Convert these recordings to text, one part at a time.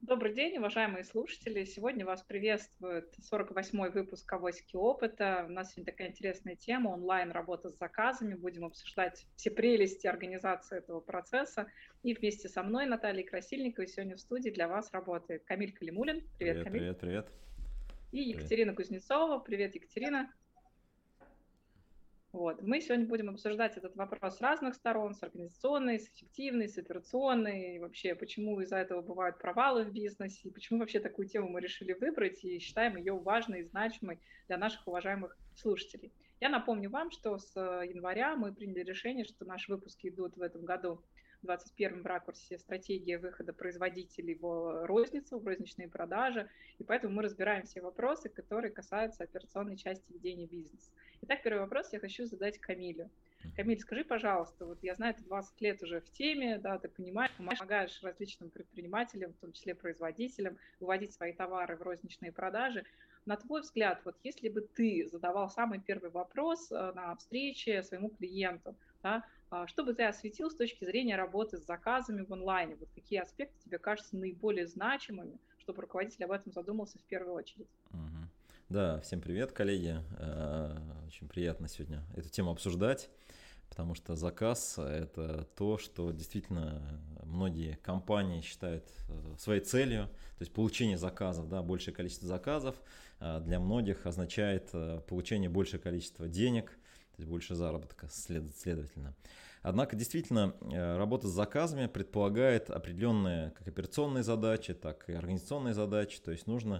Добрый день, уважаемые слушатели. Сегодня вас приветствует 48-й выпуск «Авоськи опыта». У нас сегодня такая интересная тема – онлайн-работа с заказами. Будем обсуждать все прелести организации этого процесса. И вместе со мной, Натальей Красильниковой, сегодня в студии для вас работает Камиль Калимулин. Привет, Привет, Камиль. привет, привет. И Привет. Екатерина Кузнецова. Привет, Екатерина. Вот. Мы сегодня будем обсуждать этот вопрос с разных сторон, с организационной, с эффективной, с операционной, и вообще, почему из-за этого бывают провалы в бизнесе, и почему вообще такую тему мы решили выбрать и считаем ее важной и значимой для наших уважаемых слушателей. Я напомню вам, что с января мы приняли решение, что наши выпуски идут в этом году в 21-м в ракурсе стратегия выхода производителей в розницу, в розничные продажи, и поэтому мы разбираем все вопросы, которые касаются операционной части ведения бизнеса. Итак, первый вопрос я хочу задать Камилю. Камиль, скажи, пожалуйста, вот я знаю, ты 20 лет уже в теме, да, ты понимаешь, помогаешь различным предпринимателям, в том числе производителям, выводить свои товары в розничные продажи. На твой взгляд, вот если бы ты задавал самый первый вопрос на встрече своему клиенту, да, что бы ты осветил с точки зрения работы с заказами в онлайне? Вот какие аспекты тебе кажутся наиболее значимыми, чтобы руководитель об этом задумался в первую очередь? Мгм. Да, всем привет, коллеги. Очень приятно сегодня эту тему обсуждать, потому что заказ – это то, что действительно многие компании считают своей целью. То есть получение заказов, да, большее количество заказов для многих означает получение большего количества денег, то есть больше заработка, следовательно. Однако действительно работа с заказами предполагает определенные как операционные задачи, так и организационные задачи. То есть нужно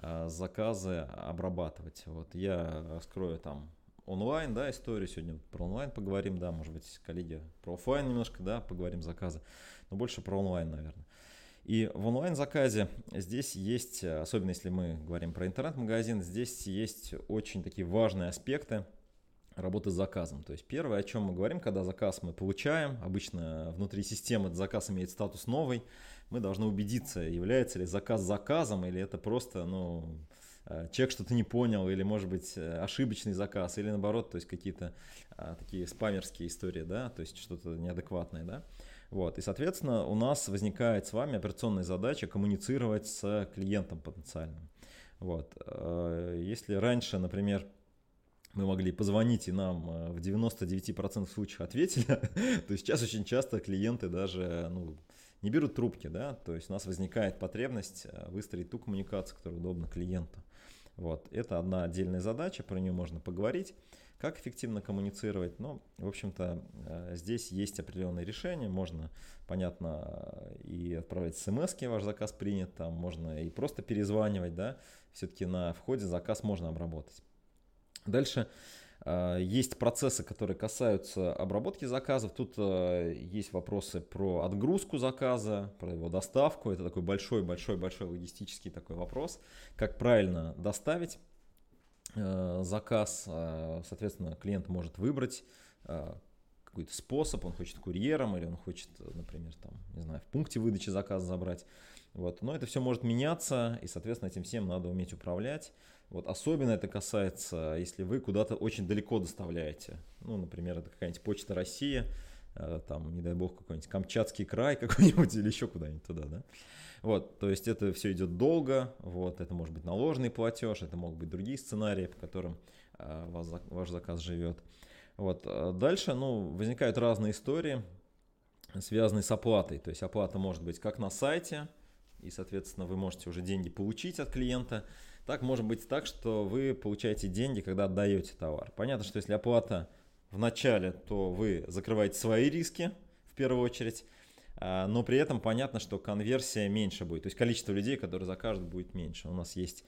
заказы обрабатывать. Вот я раскрою там онлайн, да, историю. Сегодня про онлайн поговорим, да, может быть, коллеги про офлайн немножко, да, поговорим заказы, но больше про онлайн, наверное. И в онлайн-заказе здесь есть, особенно если мы говорим про интернет-магазин, здесь есть очень такие важные аспекты работы с заказом. То есть первое, о чем мы говорим, когда заказ мы получаем, обычно внутри системы этот заказ имеет статус новый, мы должны убедиться, является ли заказ заказом или это просто, человек что-то не понял, или может быть ошибочный заказ, или наоборот, то есть какие-то такие спамерские истории, да, то есть что-то неадекватное, да. Вот, и, соответственно, у нас возникает с вами операционная задача коммуницировать с клиентом потенциальным. Вот. Если раньше, например, мы могли позвонить и нам в 99% случаев ответили, то сейчас очень часто клиенты даже не берут трубки, да, то есть у нас возникает потребность выстроить ту коммуникацию, которая удобна клиенту. Вот, это одна отдельная задача, про нее можно поговорить, как эффективно коммуницировать, но, в общем-то, здесь есть определенные решения, можно, понятно, и отправлять смс-ки, ваш заказ принят, там можно и просто перезванивать, да, все-таки на входе заказ можно обработать. Дальше есть процессы, которые касаются обработки заказов. Тут есть вопросы про отгрузку заказа, про его доставку. Это такой большой-большой-большой логистический такой вопрос. Как правильно доставить заказ. Соответственно, клиент может выбрать какой-то способ, он хочет курьером или он хочет, например, там, не знаю, в пункте выдачи заказа забрать. Вот. Но это все может меняться, и, соответственно, этим всем надо уметь управлять. Вот. Особенно это касается, если вы куда-то очень далеко доставляете. Ну, например, это какая-нибудь Почта России, там, не дай бог, какой-нибудь Камчатский край какой-нибудь или еще куда-нибудь туда, да. Вот, то есть это все идет долго, вот, это может быть наложенный платеж, это могут быть другие сценарии, по которым ваш заказ живет. Вот. Дальше, возникают разные истории, связанные с оплатой. То есть оплата может быть как на сайте, и, соответственно, вы можете уже деньги получить от клиента. Так может быть так, что вы получаете деньги, когда отдаете товар. Понятно, что если оплата в начале, то вы закрываете свои риски в первую очередь, но при этом понятно, что конверсия меньше будет. То есть количество людей, которые закажут, будет меньше. У меня есть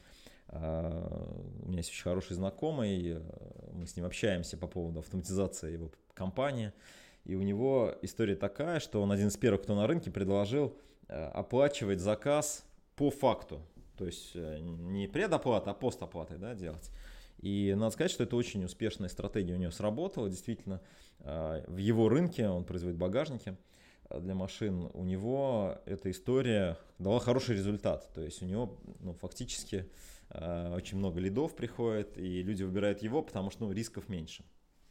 очень хороший знакомый, мы с ним общаемся по поводу автоматизации его компании. И у него история такая, что он один из первых, кто на рынке предложил оплачивать заказ по факту. То есть не предоплата, а постоплатой, да, делать. И надо сказать, что это очень успешная стратегия у него сработала. Действительно, в его рынке, он производит багажники для машин, у него эта история дала хороший результат. То есть у него фактически очень много лидов приходит, и люди выбирают его, потому что рисков меньше.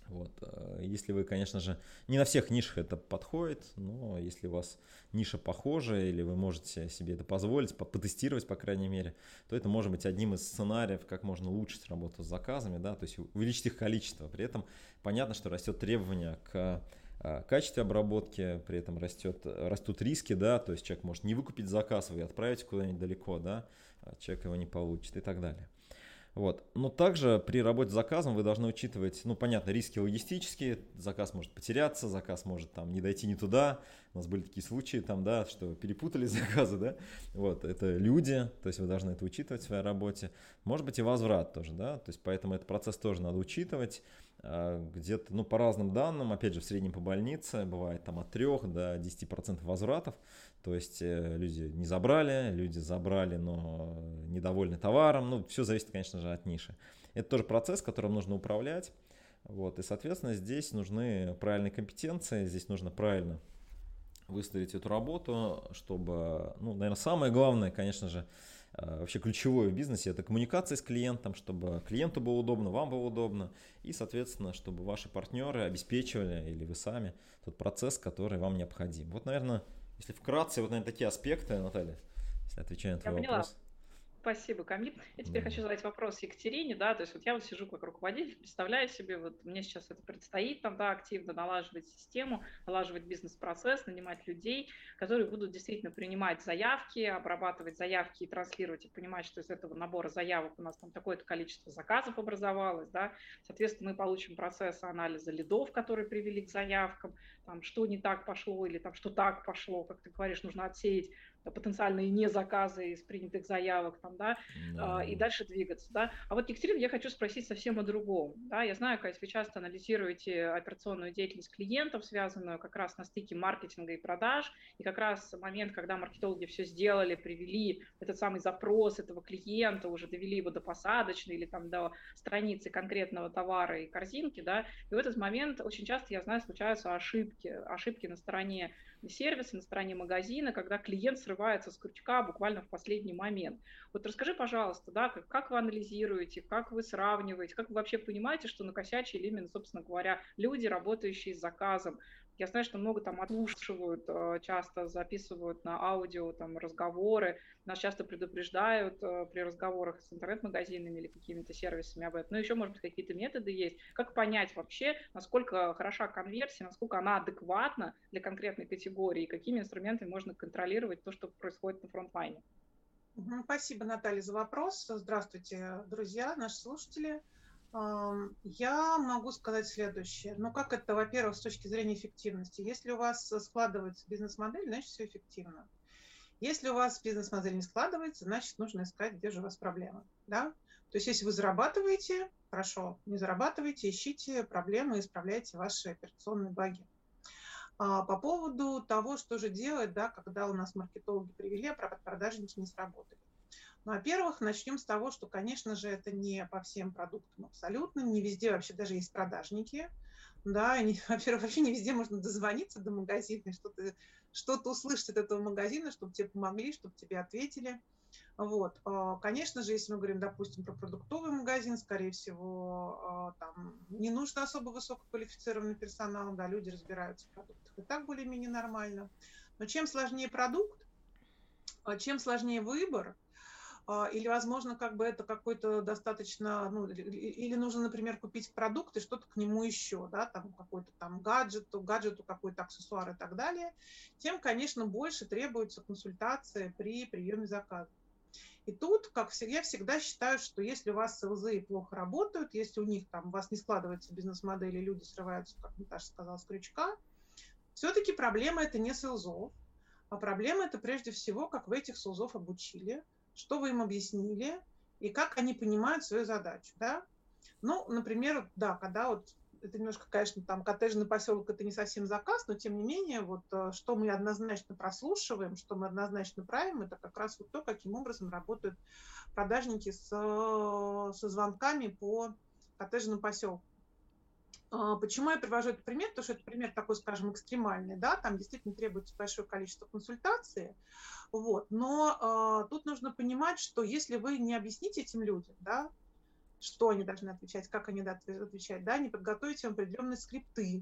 Вот. Если вы, конечно же, не на всех нишах это подходит, но если у вас ниша похожая, или вы можете себе это позволить, потестировать, по крайней мере, то это может быть одним из сценариев, как можно улучшить работу с заказами, да, то есть увеличить их количество. При этом понятно, что растет требование к качестве обработки, при этом растут риски, да, то есть человек может не выкупить заказ, вы отправите куда-нибудь далеко, да, человек его не получит и так далее. Вот. Но также при работе с заказом вы должны учитывать, ну, понятно, риски логистические, заказ может потеряться, заказ может там не дойти не туда, у нас были такие случаи там, да, что перепутали заказы, да, вот, это люди, то есть вы должны это учитывать в своей работе, может быть и возврат тоже, да, то есть поэтому этот процесс тоже надо учитывать, где-то, ну, по разным данным, опять же, в среднем по больнице бывает там от 3 до 10% возвратов, то есть люди не забрали, люди забрали, но недовольны товаром, ну, все зависит, конечно же, от ниши. Это тоже процесс, которым нужно управлять, вот, и, соответственно, здесь нужны правильные компетенции, здесь нужно правильно выстроить эту работу, чтобы, ну, наверное, самое главное, конечно же, вообще ключевое в бизнесе — это коммуникация с клиентом, чтобы клиенту было удобно, вам было удобно, и, соответственно, чтобы ваши партнеры обеспечивали, или вы сами, тот процесс, который вам необходим. Вот, наверное, если вкратце, вот, наверное, такие аспекты, Наталья, если отвечаю на Я твой поняла. вопрос. Спасибо, Камиль. Я теперь Да. хочу задать вопрос Екатерине, да, то есть вот я вот сижу как руководитель, представляю себе, вот мне сейчас это предстоит там, да, активно налаживать систему, налаживать бизнес-процесс, нанимать людей, которые будут действительно принимать заявки, обрабатывать заявки и транслировать, и понимать, что из этого набора заявок у нас там такое-то количество заказов образовалось, да, соответственно, мы получим процесс анализа лидов, которые привели к заявкам, там, что не так пошло или там, что так пошло, как ты говоришь, нужно отсеять потенциальные незаказы из принятых заявок, там, да, Да. и дальше двигаться. Да. А вот, Екатерина, я хочу спросить совсем о другом. Да. Я знаю, Кать, вы часто анализируете операционную деятельность клиентов, связанную как раз на стыке маркетинга и продаж, и как раз момент, когда маркетологи все сделали, привели этот самый запрос этого клиента, уже довели его до посадочной или там до страницы конкретного товара и корзинки, да, и в этот момент очень часто, я знаю, случаются ошибки на стороне сервиса, на стороне магазина, когда клиент срывается с крючка буквально в последний момент. Вот расскажи, пожалуйста, да, как вы анализируете, как вы сравниваете, как вы вообще понимаете, что накосячили именно, собственно говоря, люди, работающие с заказом. Я знаю, что много там отслушивают, часто записывают на аудио там разговоры, нас часто предупреждают при разговорах с интернет-магазинами или какими-то сервисами об этом. Но еще, может быть, какие-то методы есть. Как понять вообще, насколько хороша конверсия, насколько она адекватна для конкретной категории, и какими инструментами можно контролировать то, что происходит на фронтлайне? Спасибо, Наталья, за вопрос. Здравствуйте, друзья, наши слушатели. Я могу сказать следующее. Ну, как это, во-первых, с точки зрения эффективности. Если у вас складывается бизнес-модель, значит, все эффективно. Если у вас бизнес-модель не складывается, значит, нужно искать, где же у вас проблема. Да? То есть, если вы зарабатываете, хорошо, не зарабатываете, ищите проблемы и исправляйте ваши операционные баги. По поводу того, что же делать, да, когда у нас маркетологи привели, а продажники не сработали. Ну, во-первых, начнем с того, что, конечно же, это не по всем продуктам абсолютно, не везде вообще даже есть продажники, да, и, во-первых, вообще не везде можно дозвониться до магазина, что-то услышать от этого магазина, чтобы тебе помогли, чтобы тебе ответили. Вот. Конечно же, если мы говорим, допустим, про продуктовый магазин, скорее всего, там не нужно особо высококвалифицированный персонал, да, люди разбираются в продуктах и так более-менее нормально. Но чем сложнее продукт, чем сложнее выбор, или, возможно, как бы это какой-то достаточно, ну, или нужно, например, купить продукт и что-то к нему еще, да, там какой-то там гаджету какой-то аксессуар и так далее, тем, конечно, больше требуется консультация при приеме заказа. И тут, как я всегда считаю, что если у вас СЛЗ плохо работают, если у вас не складывается бизнес-модель, и люди срываются, как Наташа сказала, с крючка, все-таки проблема это не СЛЗов, а проблема это прежде всего, как вы этих СЛЗов обучили, что вы им объяснили и как они понимают свою задачу. Да? Ну, например, да, когда вот это немножко, конечно, там коттеджный поселок это не совсем заказ, но тем не менее, вот что мы однозначно прослушиваем, что мы однозначно правим, это как раз вот то, каким образом работают продажники со звонками по коттеджному поселку. Почему я привожу этот пример? Потому что это пример такой, скажем, экстремальный, да, там действительно требуется большое количество консультаций, вот, но тут нужно понимать, что если вы не объясните этим людям, да, что они должны отвечать, как они должны отвечать, да, не подготовить им определенные скрипты,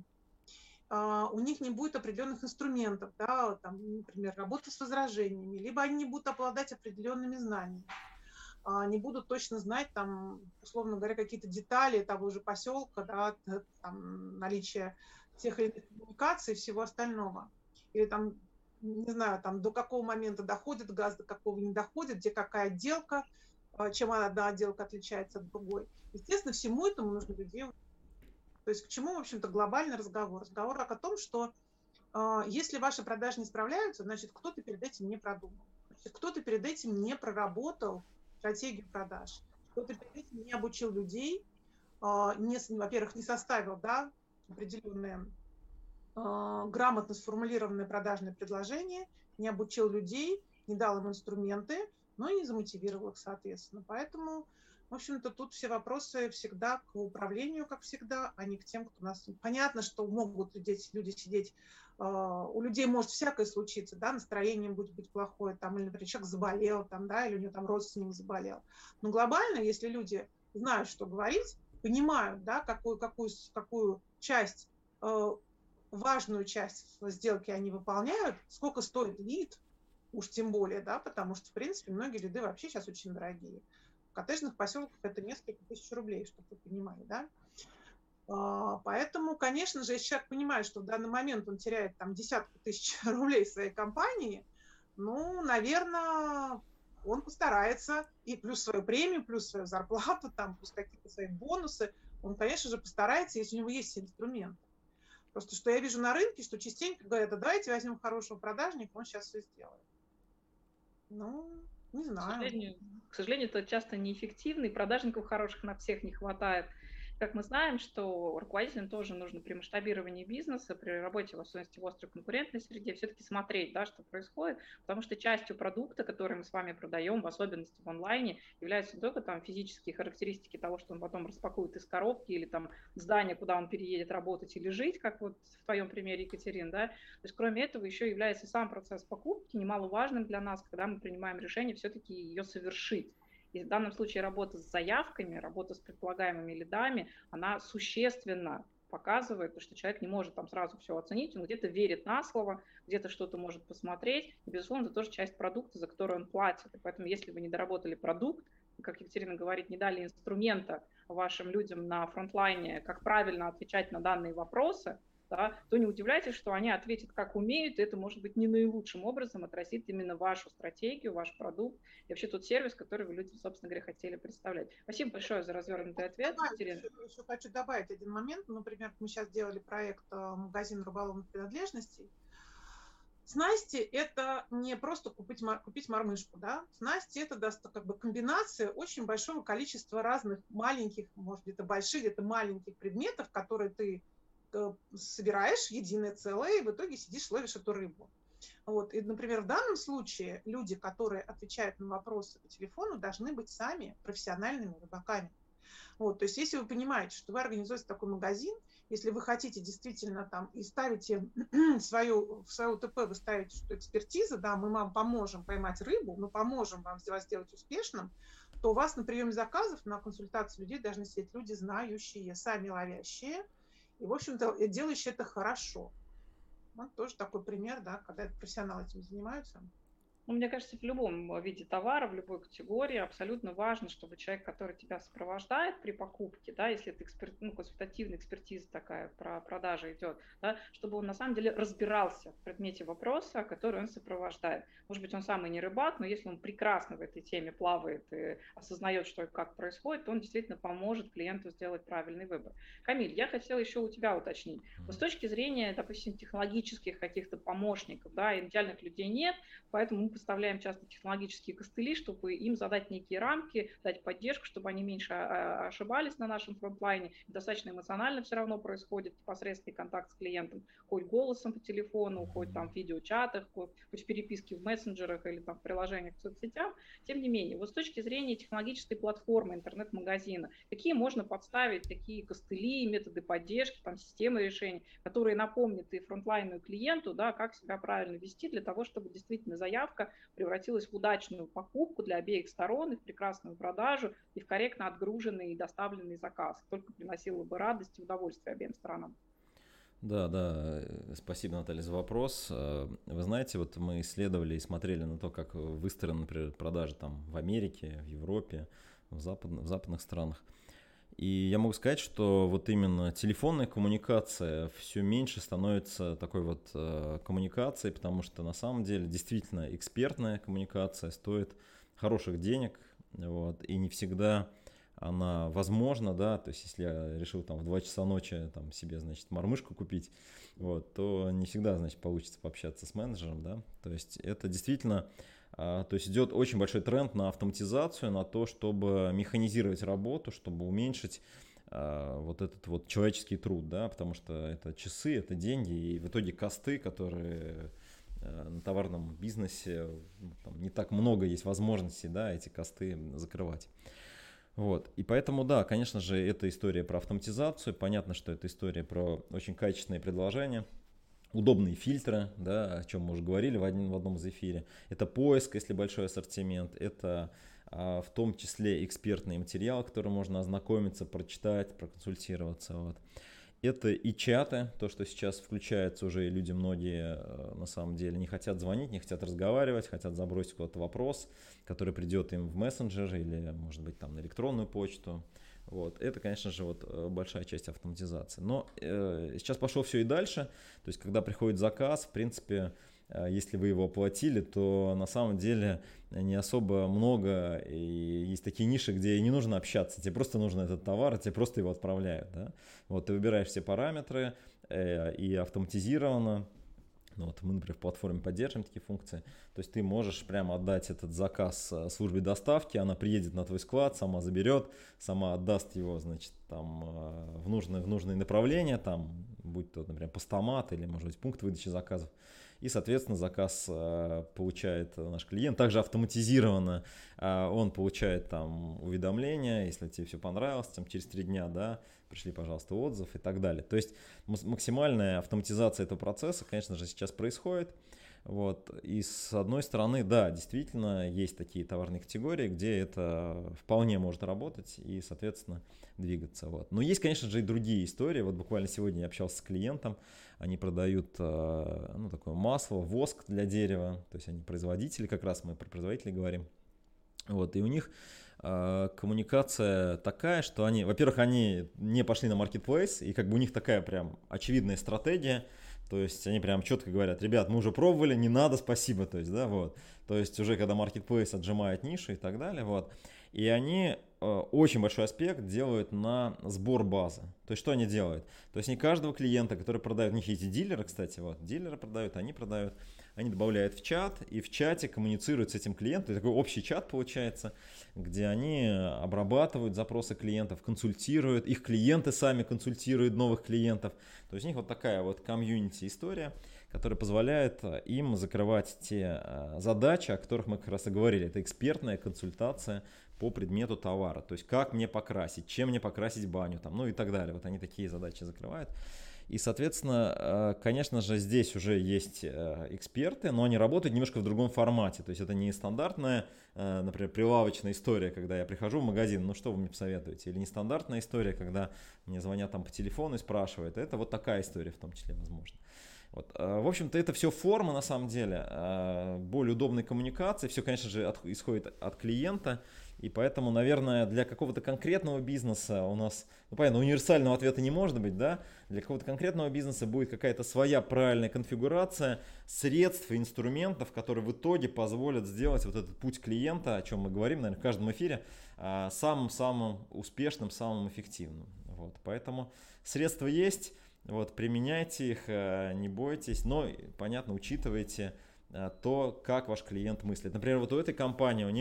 у них не будет определенных инструментов, да, там, например, работа с возражениями, либо они не будут обладать определенными знаниями, не будут точно знать, там, условно говоря, какие-то детали того же поселка, да, там, наличие тех или иных коммуникаций и всего остального. Или там, не знаю, там, до какого момента доходит газ, до какого не доходит, где какая отделка, чем одна отделка отличается от другой. Естественно, всему этому нужно людей. То есть к чему, в общем-то, глобальный разговор? Разговор о том, что если ваши продажи не справляются, значит, кто-то перед этим не продумал. Значит, кто-то перед этим не проработал стратегию продаж. Кто-то перед этим не обучил людей, во-первых, не составил, да, определенные грамотно сформулированное продажное предложение, не обучил людей, не дал им инструменты, но и не замотивировал их, соответственно. Поэтому, в общем-то, тут все вопросы всегда к управлению, как всегда, а не к тем, кто нас... Понятно, что могут люди сидеть, у людей может всякое случиться, да, настроение будет быть плохое, там, или, например, человек заболел, там, да, или у него там родственник заболел. Но глобально, если люди знают, что говорить, понимают, да, какую часть, важную часть сделки они выполняют, сколько стоит лид, уж тем более, да, потому что, в принципе, многие лиды вообще сейчас очень дорогие. В коттеджных поселках это несколько тысяч рублей, чтобы вы понимали, да. Поэтому, конечно же, если человек понимает, что в данный момент он теряет там десятку тысяч рублей в своей компании, ну, наверное, он постарается, и плюс свою премию, плюс свою зарплату, там, плюс какие-то свои бонусы, он, конечно же, постарается, если у него есть инструменты. Просто что я вижу на рынке, что частенько говорят, давайте возьмем хорошего продажника, он сейчас все сделает. Ну, не знаю. К сожалению, это часто неэффективно, и продажников хороших на всех не хватает. Как мы знаем, что руководителям тоже нужно при масштабировании бизнеса, при работе, в особенности в острой конкурентной среде, все-таки смотреть, да, что происходит, потому что частью продукта, который мы с вами продаем, в особенности в онлайне, являются не только там физические характеристики того, что он потом распакует из коробки, или там здание, куда он переедет работать или жить, как вот в твоем примере, Екатерин, да. То есть кроме этого еще является сам процесс покупки немаловажным для нас, когда мы принимаем решение все-таки ее совершить. И в данном случае работа с заявками, работа с предполагаемыми лидами, она существенно показывает, что человек не может там сразу все оценить, он где-то верит на слово, где-то что-то может посмотреть, и, безусловно, это тоже часть продукта, за который он платит. И поэтому, если вы не доработали продукт, как Екатерина говорит, не дали инструмента вашим людям на фронтлайне, как правильно отвечать на данные вопросы, да, то не удивляйтесь, что они ответят как умеют, и это, может быть, не наилучшим образом отразит именно вашу стратегию, ваш продукт и вообще тот сервис, который вы людям, собственно говоря, хотели представлять. Спасибо большое за развернутый ответ, Екатерина. Еще хочу добавить один момент. Например, мы сейчас делали проект «Магазин рыболовных принадлежностей». Снасти – это не просто купить мормышку, да. Снасти – это как бы комбинация очень большого количества разных маленьких, может, где-то больших, где-то маленьких предметов, которые ты собираешь в единое целое, и в итоге сидишь, ловишь эту рыбу. Вот. И, например, в данном случае люди, которые отвечают на вопросы по телефону, должны быть сами профессиональными рыбаками. Вот. То есть если вы понимаете, что вы организуете такой магазин, если вы хотите действительно там и ставите в свою УТП, вы ставите, что экспертиза, да, мы вам поможем поймать рыбу, мы поможем вам вас сделать успешным, то у вас на приеме заказов, на консультации людей должны сидеть люди, знающие, сами ловящие, и, в общем-то, делающие это хорошо. Вот тоже такой пример, да, когда профессионалы этим занимаются. Ну, мне кажется, в любом виде товара, в любой категории абсолютно важно, чтобы человек, который тебя сопровождает при покупке, да, если это консультативная экспертиза такая про продажи идет, да, чтобы он на самом деле разбирался в предмете вопроса, который он сопровождает. Может быть, он сам и не рыбак, но если он прекрасно в этой теме плавает и осознает, что и как происходит, то он действительно поможет клиенту сделать правильный выбор. Камиль, я хотела еще у тебя уточнить. Вот с точки зрения, допустим, технологических каких-то помощников, да, идеальных людей нет, поэтому мы поставляем часто технологические костыли, чтобы им задать некие рамки, дать поддержку, чтобы они меньше ошибались на нашем фронтлайне. Достаточно эмоционально все равно происходит непосредственный контакт с клиентом, хоть голосом по телефону, хоть там в видеочатах, хоть в переписке в мессенджерах или там в приложениях в соцсетях. Тем не менее, вот с точки зрения технологической платформы, интернет-магазина, какие можно подставить такие костыли, методы поддержки, там, системы решений, которые напомнят и фронтлайну, и клиенту, да, как себя правильно вести для того, чтобы действительно заявка клиента превратилась в удачную покупку для обеих сторон, и в прекрасную продажу, и в корректно отгруженный и доставленный заказ. Только приносило бы радость и удовольствие обеим сторонам. Да, спасибо, Наталья, за вопрос. Вы знаете, вот мы исследовали и смотрели на то, как выстроены, например, продажи там в Америке, в Европе, в западных странах. И я могу сказать, что вот именно телефонная коммуникация все меньше становится такой вот коммуникацией, потому что на самом деле действительно экспертная коммуникация стоит хороших денег, вот, и не всегда она возможна, да, то есть если я решил там в 2 часа ночи там себе, значит, мормышку купить, вот, то не всегда, значит, получится пообщаться с менеджером, да, то есть это действительно, то есть идет очень большой тренд на автоматизацию, на то, чтобы механизировать работу, чтобы уменьшить вот этот вот человеческий труд, да, потому что это часы, это деньги, и в итоге косты, которые на товарном бизнесе, там не так много есть возможностей, да, эти косты закрывать. Вот. И поэтому, да, конечно же, это история про автоматизацию. Понятно, что это история про очень качественные предложения, удобные фильтры, да, о чем мы уже говорили в одном из эфире. Это поиск, если большой ассортимент. Это в том числе экспертный материал, который можно ознакомиться, прочитать, проконсультироваться. Вот. Это и чаты, то, что сейчас включается уже, и люди многие на самом деле не хотят звонить, не хотят разговаривать, хотят забросить куда-то вопрос, который придет им в мессенджер или, может быть, там на электронную почту. Вот. Это, конечно же, вот большая часть автоматизации. Но сейчас пошло все и дальше. То есть, когда приходит заказ, в принципе, если вы его оплатили, то на самом деле не особо много, и есть такие ниши, где не нужно общаться, тебе просто нужен этот товар, и тебе просто его отправляют. Да? Вот ты выбираешь все параметры и автоматизированно. Вот мы, например, в платформе поддерживаем такие функции. То есть ты можешь прямо отдать этот заказ службе доставки, она приедет на твой склад, сама заберет, сама отдаст его, значит, там в нужные направления, там, будь то, например, постамат или, может быть, пункт выдачи заказов. И, соответственно, заказ получает наш клиент. Также автоматизированно он получает там уведомления, если тебе все понравилось, там, через 3 дня, да, пришли, пожалуйста, отзыв и так далее. То есть максимальная автоматизация этого процесса, конечно же, сейчас происходит. Вот. И с одной стороны, да, действительно, есть такие товарные категории, где это вполне может работать и, соответственно, двигаться. Вот. Но есть, конечно же, и другие истории. Вот буквально сегодня я общался с клиентом, они продают такое масло, воск для дерева, то есть они производители, как раз мы про производителей говорим. Вот. И у них коммуникация такая, что они, во-первых, они не пошли на marketplace, и как бы у них такая прям очевидная стратегия. То есть они прям четко говорят: ребят, мы уже пробовали, не надо, спасибо. То есть, да, вот. То есть уже когда marketplace отжимает ниши и так далее, вот. И они очень большой аспект делают на сбор базы. То есть что они делают? То есть не каждого клиента, который продает, у них есть и дилеры, кстати, вот, дилеры продают, они добавляют в чат, и в чате коммуницируют с этим клиентом. Такой общий чат получается, где они обрабатывают запросы клиентов, консультируют, их клиенты сами консультируют новых клиентов. То есть у них вот такая вот комьюнити история, которая позволяет им закрывать те задачи, о которых мы как раз и говорили. Это экспертная консультация по предмету товара. То есть как мне покрасить, чем мне покрасить баню, там, ну и так далее. Вот они такие задачи закрывают. И, соответственно, конечно же, здесь уже есть эксперты, но они работают немножко в другом формате. То есть это не стандартная, например, прилавочная история, когда я прихожу в магазин, ну что вы мне посоветуете? Или нестандартная история, когда мне звонят там по телефону и спрашивают. Это вот такая история в том числе возможно. Вот. В общем-то, это все форма, на самом деле, более удобной коммуникации. Все, конечно же, исходит от клиента. И поэтому, наверное, для какого-то конкретного бизнеса у нас, ну понятно, универсального ответа не может быть, да? Для какого-то конкретного бизнеса будет какая-то своя правильная конфигурация средств и инструментов, которые в итоге позволят сделать вот этот путь клиента, о чем мы говорим, наверное, в каждом эфире, самым-самым успешным, самым эффективным. Вот. Поэтому средства есть, вот, применяйте их, не бойтесь, но, понятно, учитывайте то, как ваш клиент мыслит. Например, вот у этой компании у них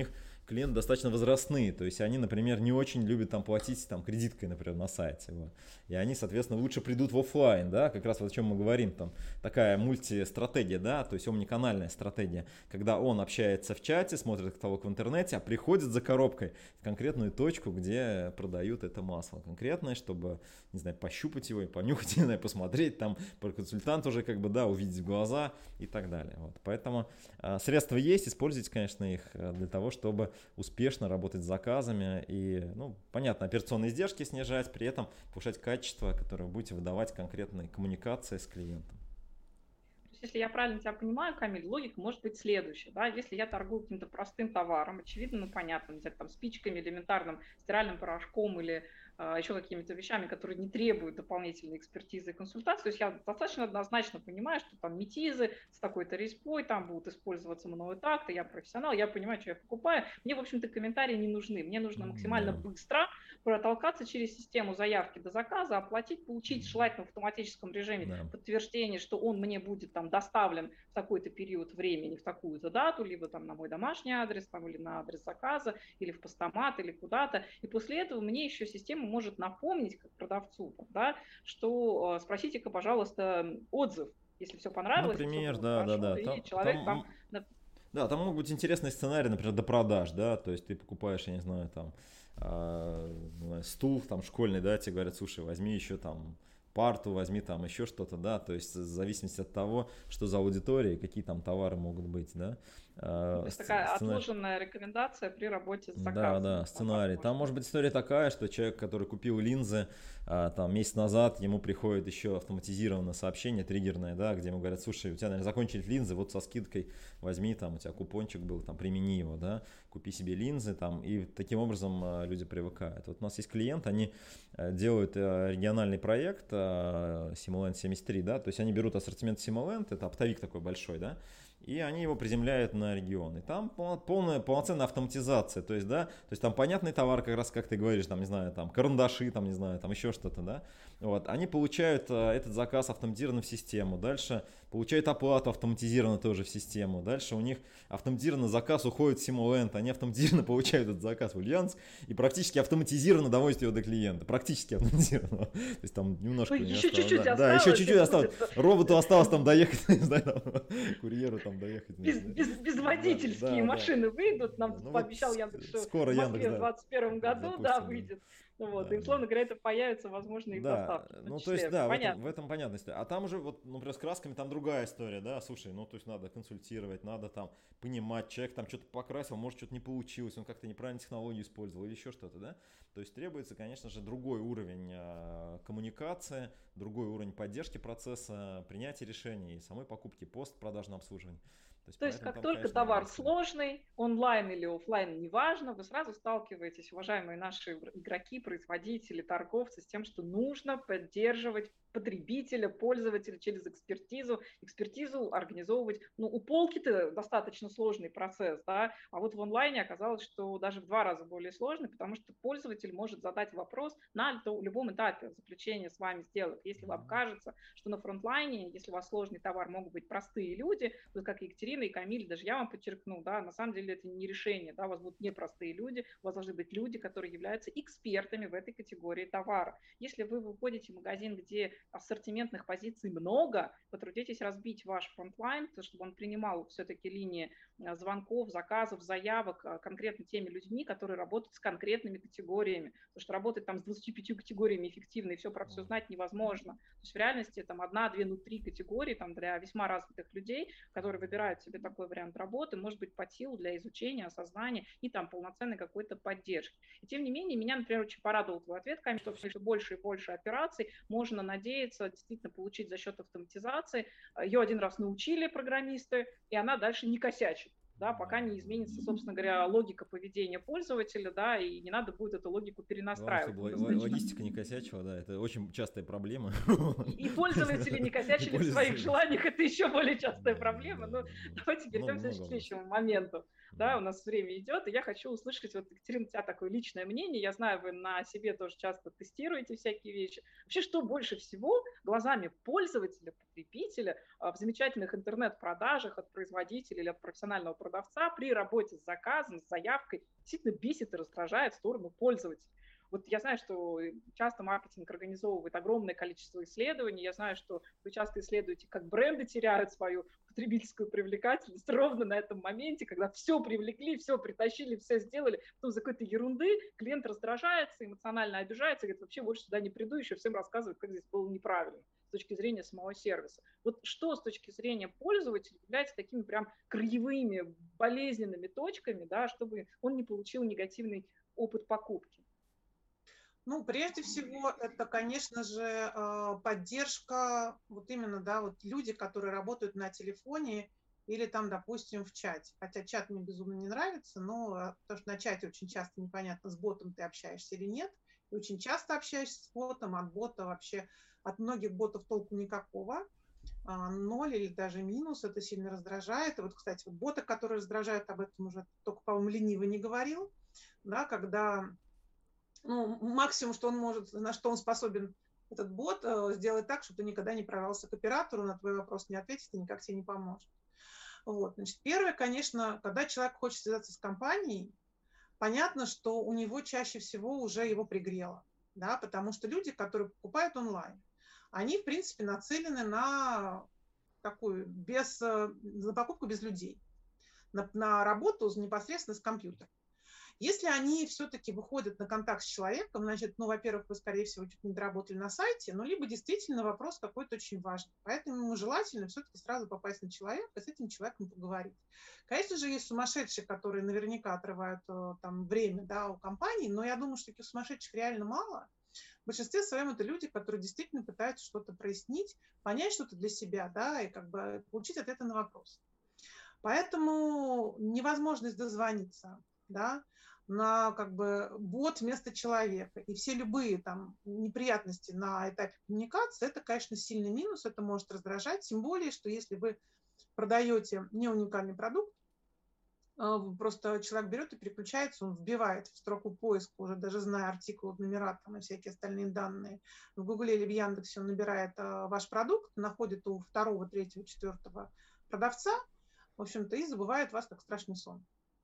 клиенты достаточно возрастные, то есть они, например, не очень любят там платить там кредиткой, например, на сайте, вот. И они, соответственно, лучше придут в офлайн, да, как раз вот о чем мы говорим, там такая мультистратегия, да, то есть омниканальная стратегия, когда он общается в чате, смотрит каталог в интернете, а приходит за коробкой в конкретную точку, где продают это масло конкретное, чтобы, не знаю, пощупать его и понюхать, не знаю, посмотреть, там, консультант уже как бы, да, увидеть в глаза и так далее, вот. Поэтому средства есть, используйте, конечно, их для того, чтобы успешно работать с заказами и, ну, понятно, операционные издержки снижать, при этом повышать качество, которое вы будете выдавать конкретной коммуникации с клиентом. То есть, если я правильно тебя понимаю, Камиль, логика может быть следующая, да, если я торгую каким-то простым товаром, очевидно, ну, понятно, не знаю, там, спичками, элементарным стиральным порошком или еще какими-то вещами, которые не требуют дополнительной экспертизы и консультации. То есть я достаточно однозначно понимаю, что там метизы с такой-то резьбой там будут использоваться мною так-то, я профессионал, я понимаю, что я покупаю. Мне, в общем-то, комментарии не нужны. Мне нужно максимально быстро протолкаться через систему заявки до заказа, оплатить, получить желательно в автоматическом режиме подтверждение, что он мне будет там доставлен в такой-то период времени, в такую-то дату, либо там на мой домашний адрес, там, или на адрес заказа, или в постамат, или куда-то. И после этого мне еще система может напомнить, как продавцу, да, что спросите-ка, пожалуйста, отзыв, если все понравилось, например, все было хорошо, и человек там... Да, там могут быть интересные сценарии, например, до продаж, да, то есть ты покупаешь, я не знаю, там, стул там школьный, да, тебе говорят, слушай, возьми еще там парту, возьми там еще что-то, да, то есть в зависимости от того, что за аудитория, какие там товары могут быть, да. То есть такая отложенная рекомендация при работе с заказом. Да, сценарий. Там может быть история такая, что человек, который купил линзы, там месяц назад, ему приходит еще автоматизированное сообщение, триггерное, да, где ему говорят, слушай, у тебя, наверное, закончились линзы, вот со скидкой возьми, там, у тебя купончик был, там, примени его, да, купи себе линзы, там, и таким образом люди привыкают. Вот у нас есть клиент, они делают региональный проект Simulent 73, да, то есть они берут ассортимент Simulent, это оптовик такой большой, да, и они его приземляют на регион. И там полноценная автоматизация. То есть, да, то есть там понятный товар, как раз как ты говоришь, там, не знаю, там карандаши, там, не знаю, там еще что-то, да. Вот. Они получают этот заказ автоматизированно в систему. Дальше получают оплату автоматизированно тоже в систему. Дальше у них автоматизированно заказ уходит в Simulent. Они автоматизированно получают этот заказ в Ульяновск и практически автоматизированно довозят его до клиента. Практически автоматизированно. То есть там немножко еще чуть-чуть осталось. Да, еще чуть-чуть осталось. Роботу осталось там доехать, не знаю, там, курьеру там доехать. Безводительские машины выйдут. Нам пообещал Яндекс, что скоро в Москве Яндекс, в 2021 году, да, выйдет. Вот, и, условно говоря, это появится, возможно, и в доставке. Ну, то есть, да, в этом понятная история. А там уже, вот, например, с красками там другая история, да, слушай, ну, то есть надо консультировать, надо там понимать, человек там что-то покрасил, может, что-то не получилось, он как-то неправильно технологию использовал или еще что-то, да. То есть требуется, конечно же, другой уровень коммуникации, другой уровень поддержки процесса, принятия решений, самой покупки, постпродажного обслуживания. То есть, как только товар сложный, онлайн или офлайн, неважно, вы сразу сталкиваетесь, уважаемые наши игроки, производители, торговцы, с тем, что нужно поддерживать потребителя, пользователя через экспертизу организовывать. Ну, у полки-то достаточно сложный процесс, да, а вот в онлайне оказалось, что даже в 2 раза более сложный, потому что пользователь может задать вопрос на любом этапе заключения с вами сделок. Если вам кажется, что на фронтлайне, если у вас сложный товар, могут быть простые люди, вот как Екатерина и Камиль, даже я вам подчеркну, да, на самом деле это не решение, да, у вас будут непростые люди, у вас должны быть люди, которые являются экспертами в этой категории товара. Если вы выходите в магазин, где ассортиментных позиций много, потрудитесь разбить ваш фронтлайн, чтобы он принимал все-таки линии звонков, заказов, заявок конкретно теми людьми, которые работают с конкретными категориями. Потому что работать там с 25 категориями эффективно и все про все знать невозможно. То есть в реальности там 1, 2, 3 категории там, для весьма развитых людей, которые выбирают себе такой вариант работы, может быть под силу для изучения, осознания и там полноценной какой-то поддержки. И тем не менее, меня, например, очень порадовал твой ответ, Камиль, что все больше и больше операций можно надеяться действительно получить за счет автоматизации. Ее один раз научили программисты, и она дальше не косячит. Да, пока не изменится, собственно говоря, логика поведения пользователя, да, и не надо будет эту логику перенастраивать. Логистика не косячила, да, это очень частая проблема. И пользователи не косячили в своих желаниях, это еще более частая проблема. Но давайте перейдем к следующему моменту. Да, у нас время идет, и я хочу услышать, вот, Екатерина, у тебя такое личное мнение, я знаю, вы на себе тоже часто тестируете всякие вещи. Вообще, что больше всего глазами пользователя, потребителя в замечательных интернет-продажах от производителя или от профессионального продавца при работе с заказом, с заявкой действительно бесит и раздражает в сторону пользователя? Вот я знаю, что часто маркетинг организовывает огромное количество исследований. Я знаю, что вы часто исследуете, как бренды теряют свою потребительскую привлекательность ровно на этом моменте, когда все привлекли, все притащили, все сделали, потом за какой-то ерунды клиент раздражается, эмоционально обижается, говорит, вообще больше сюда не приду, еще всем рассказывают, как здесь было неправильно с точки зрения самого сервиса. Вот что с точки зрения пользователя является такими прям краевыми, болезненными точками, да, чтобы он не получил негативный опыт покупки? Ну, прежде всего, это, конечно же, поддержка, вот именно, да, вот люди, которые работают на телефоне или там, допустим, в чате. Хотя чат мне безумно не нравится, но потому что на чате очень часто непонятно, с ботом ты общаешься или нет. И очень часто общаешься с ботом, от бота вообще, от многих ботов толку никакого. Ноль или даже минус, это сильно раздражает. И вот, кстати, вот боты, которые раздражают, об этом уже только, по-моему, ленивый не говорил, да, когда ну, максимум, что он может, на что он способен, этот бот, сделать так, чтобы ты никогда не прорвался к оператору, на твой вопрос не ответит и никак тебе не поможет. Вот. Значит, первое, конечно, когда человек хочет связаться с компанией, понятно, что у него чаще всего уже его пригрело, да, потому что люди, которые покупают онлайн, они, в принципе, нацелены на такую, на покупку без людей, на работу непосредственно с компьютером. Если они все-таки выходят на контакт с человеком, значит, ну, во-первых, вы, скорее всего, чуть не доработали на сайте, ну, либо действительно вопрос какой-то очень важный. Поэтому ему желательно все-таки сразу попасть на человека и с этим человеком поговорить. Конечно же, есть сумасшедшие, которые наверняка отрывают там время, да, у компании, но я думаю, что таких сумасшедших реально мало. В большинстве своем это люди, которые действительно пытаются что-то прояснить, понять что-то для себя, да, и как бы получить ответы на вопрос. Поэтому невозможность дозвониться, да, на как бы бот вместо человека и все любые там неприятности на этапе коммуникации, это, конечно, сильный минус, это может раздражать, тем более, что если вы продаете не уникальный продукт, просто человек берет и переключается, он вбивает в строку поиска, уже даже зная артикул, номера там, и всякие остальные данные, в Гугле или в Яндексе он набирает ваш продукт, находит у второго, третьего, четвертого продавца, в общем-то, и забывает вас как страшный сон.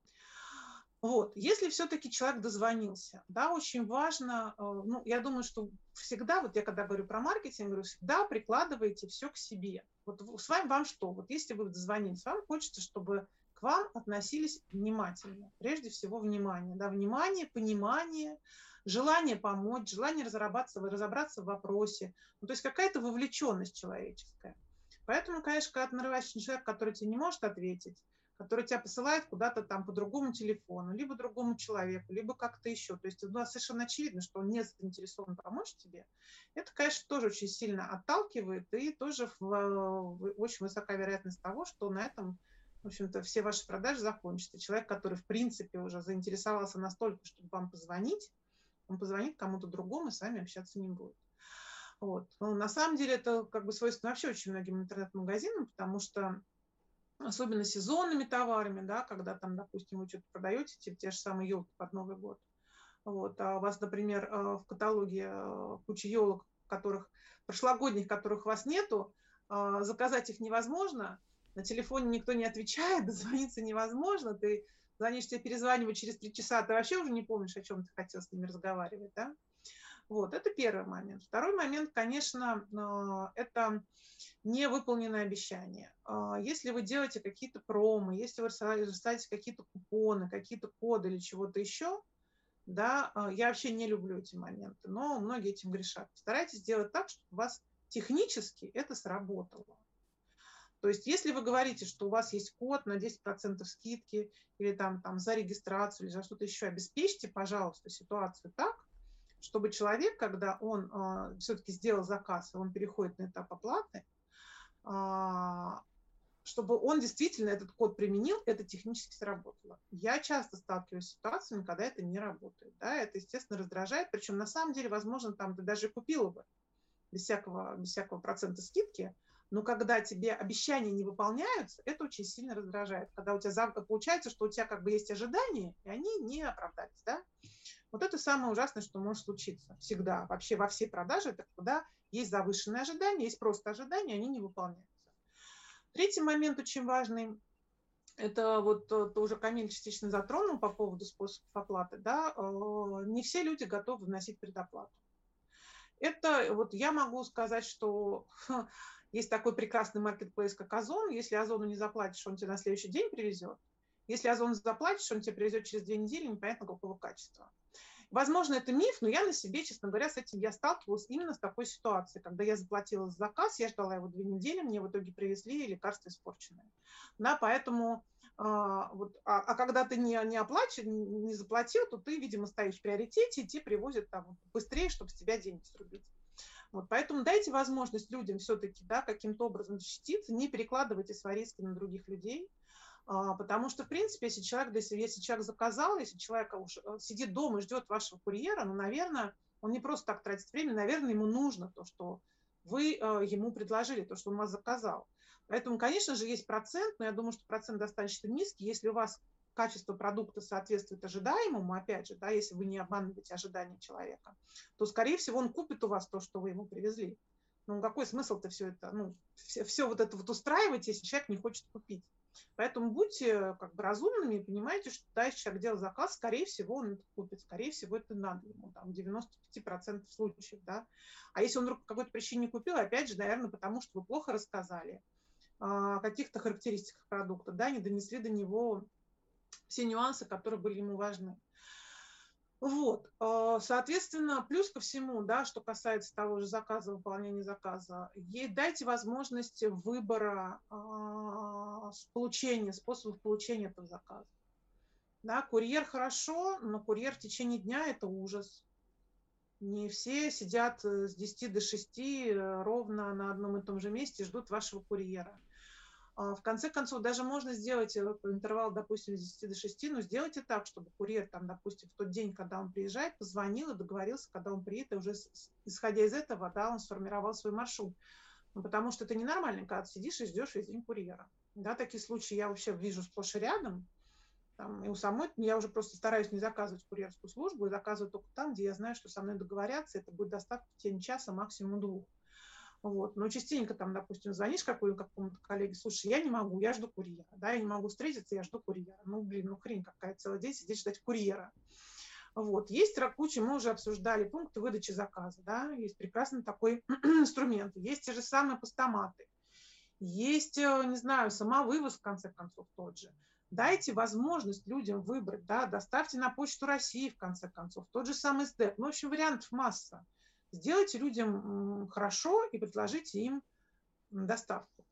Вот. Если все-таки человек дозвонился, да, очень важно, ну, я думаю, что всегда, вот я когда говорю про маркетинг, говорю, всегда прикладывайте все к себе. Вот с вами вам что? Вот если вы дозвонились, вам хочется, чтобы к вам относились внимательно. Прежде всего внимание, да, внимание, понимание, желание помочь, желание разобраться в вопросе. Ну, то есть какая-то вовлеченность человеческая. Поэтому, конечно, когда ты нарываешься на человека, который тебе не может ответить, который тебя посылает куда-то там по другому телефону, либо другому человеку, либо как-то еще. То есть у нас совершенно очевидно, что он не заинтересован помочь тебе. Это, конечно, тоже очень сильно отталкивает, и тоже очень высока вероятность того, что на этом, в общем-то, все ваши продажи закончатся. Человек, который, в принципе, уже заинтересовался настолько, чтобы вам позвонить, он позвонит кому-то другому и с вами общаться не будет. Вот. Но на самом деле это как бы свойственно вообще очень многим интернет-магазинам, потому что особенно сезонными товарами, да, когда там, допустим, вы что-то продаете, те же самые елки под Новый год. Вот, а у вас, например, в каталоге куча елок, прошлогодних, которых у вас нету, заказать их невозможно, на телефоне никто не отвечает, дозвониться невозможно, ты звонишь, тебе перезванивают через 3 часа, ты вообще уже не помнишь, о чем ты хотел с ними разговаривать, да? Вот, это первый момент. Второй момент, конечно, это невыполненное обещание. Если вы делаете какие-то промы, если вы ставите какие-то купоны, какие-то коды или чего-то еще, да, я вообще не люблю эти моменты, но многие этим грешат. Старайтесь сделать так, чтобы у вас технически это сработало. То есть если вы говорите, что у вас есть код на 10% скидки или там за регистрацию или за что-то еще, обеспечьте, пожалуйста, ситуацию так, чтобы человек, когда он все-таки сделал заказ, и он переходит на этап оплаты, чтобы он действительно этот код применил, это технически сработало. Я часто сталкиваюсь с ситуациями, когда это не работает. Да? Это, естественно, раздражает. Причем, на самом деле, возможно, там ты даже купила бы без всякого процента скидки, Но когда тебе обещания не выполняются, это очень сильно раздражает. Когда у тебя получается, что у тебя как бы есть ожидания, и они не оправдались, да? Вот это самое ужасное, что может случиться всегда. Вообще во все продажи, это когда есть завышенные ожидания, есть просто ожидания, они не выполняются. Третий момент очень важный. Это вот тоже Камиль частично затронул по поводу способов оплаты. Да? Не все люди готовы вносить предоплату. Это вот я могу сказать, что есть такой прекрасный маркетплейс, как Озон. Если Озону не заплатишь, он тебе на следующий день привезет. Если Озону заплатишь, он тебе привезет через 2 недели, непонятно какого качества. Возможно, это миф, но я на себе, честно говоря, с этим я сталкивалась именно с такой ситуацией. Когда я заплатила за заказ, я ждала его 2 недели, мне в итоге привезли лекарства испорченные. Да, поэтому когда ты не оплачиваешь, не заплатил, то ты, видимо, стоишь в приоритете, и тебе привозят там быстрее, чтобы с тебя деньги срубить. Вот, поэтому дайте возможность людям все-таки, да, каким-то образом защититься, не перекладывайте свои риски на других людей, потому что, в принципе, если человек заказал, если человек уж сидит дома и ждет вашего курьера, ну, наверное, он не просто так тратит время, наверное, ему нужно то, что вы ему предложили, то, что он вас заказал. Поэтому, конечно же, есть процент, но я думаю, что процент достаточно низкий. Если у вас качество продукта соответствует ожидаемому, опять же, да, если вы не обманываете ожидания человека, то, скорее всего, он купит у вас то, что вы ему привезли. Ну, какой смысл-то все это, ну, все вот это вот устраивать, если человек не хочет купить? Поэтому будьте как бы разумными и понимайте, что да, если человек делал заказ, скорее всего, он это купит, скорее всего, это надо ему, там, 95% случаев, да. А если он вдруг по какой-то причине не купил, опять же, наверное, потому что вы плохо рассказали о каких-то характеристиках продукта, да, не донесли до него все нюансы, которые были ему важны. Вот, соответственно, плюс ко всему, да, что касается того же заказа, выполнения заказа, дайте возможность выбора способов получения этого заказа. Да, курьер хорошо, но курьер в течение дня – это ужас. Не все сидят с 10 до 6 ровно на одном и том же месте и ждут вашего курьера. В конце концов, даже можно сделать интервал, допустим, с 10 до 6, но сделайте так, чтобы курьер, там, допустим, в тот день, когда он приезжает, позвонил и договорился, когда он приедет, и уже исходя из этого, да, он сформировал свой маршрут. Ну, потому что это ненормально, когда ты сидишь и ждешь весь день курьера. Да, такие случаи я вообще вижу сплошь и рядом. Там, и у самой я уже просто стараюсь не заказывать курьерскую службу, и заказываю только там, где я знаю, что со мной договорятся, это будет доставка в течение часа, максимум 2. Вот. Но частенько там, допустим, звонишь какому-то коллеге, слушай, я не могу, я жду курьера, да, я не могу встретиться, я жду курьера. Ну, блин, ну хрень какая, целый день сидеть ждать курьера. Вот. Есть куча, мы уже обсуждали пункты выдачи заказа, да, есть прекрасный такой инструмент, есть те же самые постаматы, есть, не знаю, самовывоз, в конце концов, тот же. Дайте возможность людям выбрать, да, доставьте на Почту России, в конце концов, тот же самый СДЭК. Ну, в общем, вариантов масса. Сделайте людям хорошо и предложите им доставку.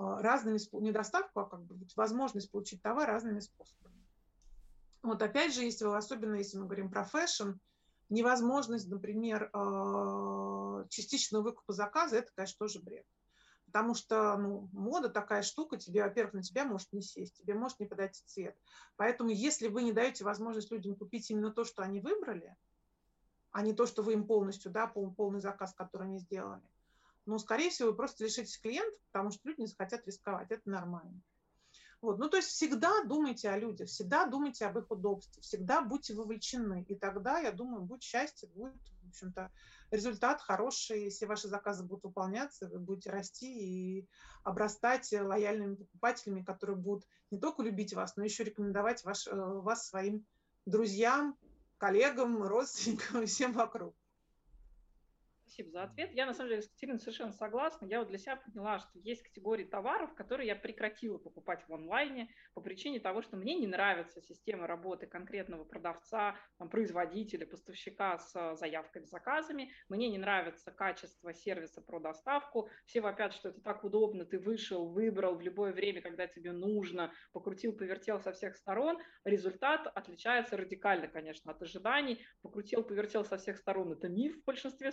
Не доставку, а как бы возможность получить товар разными способами. Вот опять же, особенно если мы говорим про фэшн, невозможность, например, частичного выкупа заказа, это, конечно, тоже бред. Потому что мода такая штука, тебе, во-первых, на тебя может не сесть, тебе может не подойти цвет. Поэтому если вы не даете возможность людям купить именно то, что они выбрали, а не то, что вы им полностью, да, полный заказ, который они сделали, скорее всего, вы просто лишитесь клиентов, потому что люди не захотят рисковать. Это нормально. Вот. Ну, то есть всегда думайте о людях, всегда думайте об их удобстве, всегда будьте вовлечены. И тогда, я думаю, будет счастье, будет, в общем-то, результат хороший. Если ваши заказы будут выполняться, вы будете расти и обрастать лояльными покупателями, которые будут не только любить вас, но еще рекомендовать вас своим друзьям, коллегам, родственникам и всем вокруг. Спасибо за ответ. Я, на самом деле, с Екатериной совершенно согласна. Я вот для себя поняла, что есть категории товаров, которые я прекратила покупать в онлайне по причине того, что мне не нравится система работы конкретного продавца, производителя, поставщика с заявками, заказами. Мне не нравится качество сервиса про доставку. Все вопят, что это так удобно, ты вышел, выбрал в любое время, когда тебе нужно, покрутил, повертел со всех сторон. Результат отличается радикально, конечно, от ожиданий. Покрутил, повертел со всех сторон – это миф в большинстве случаев.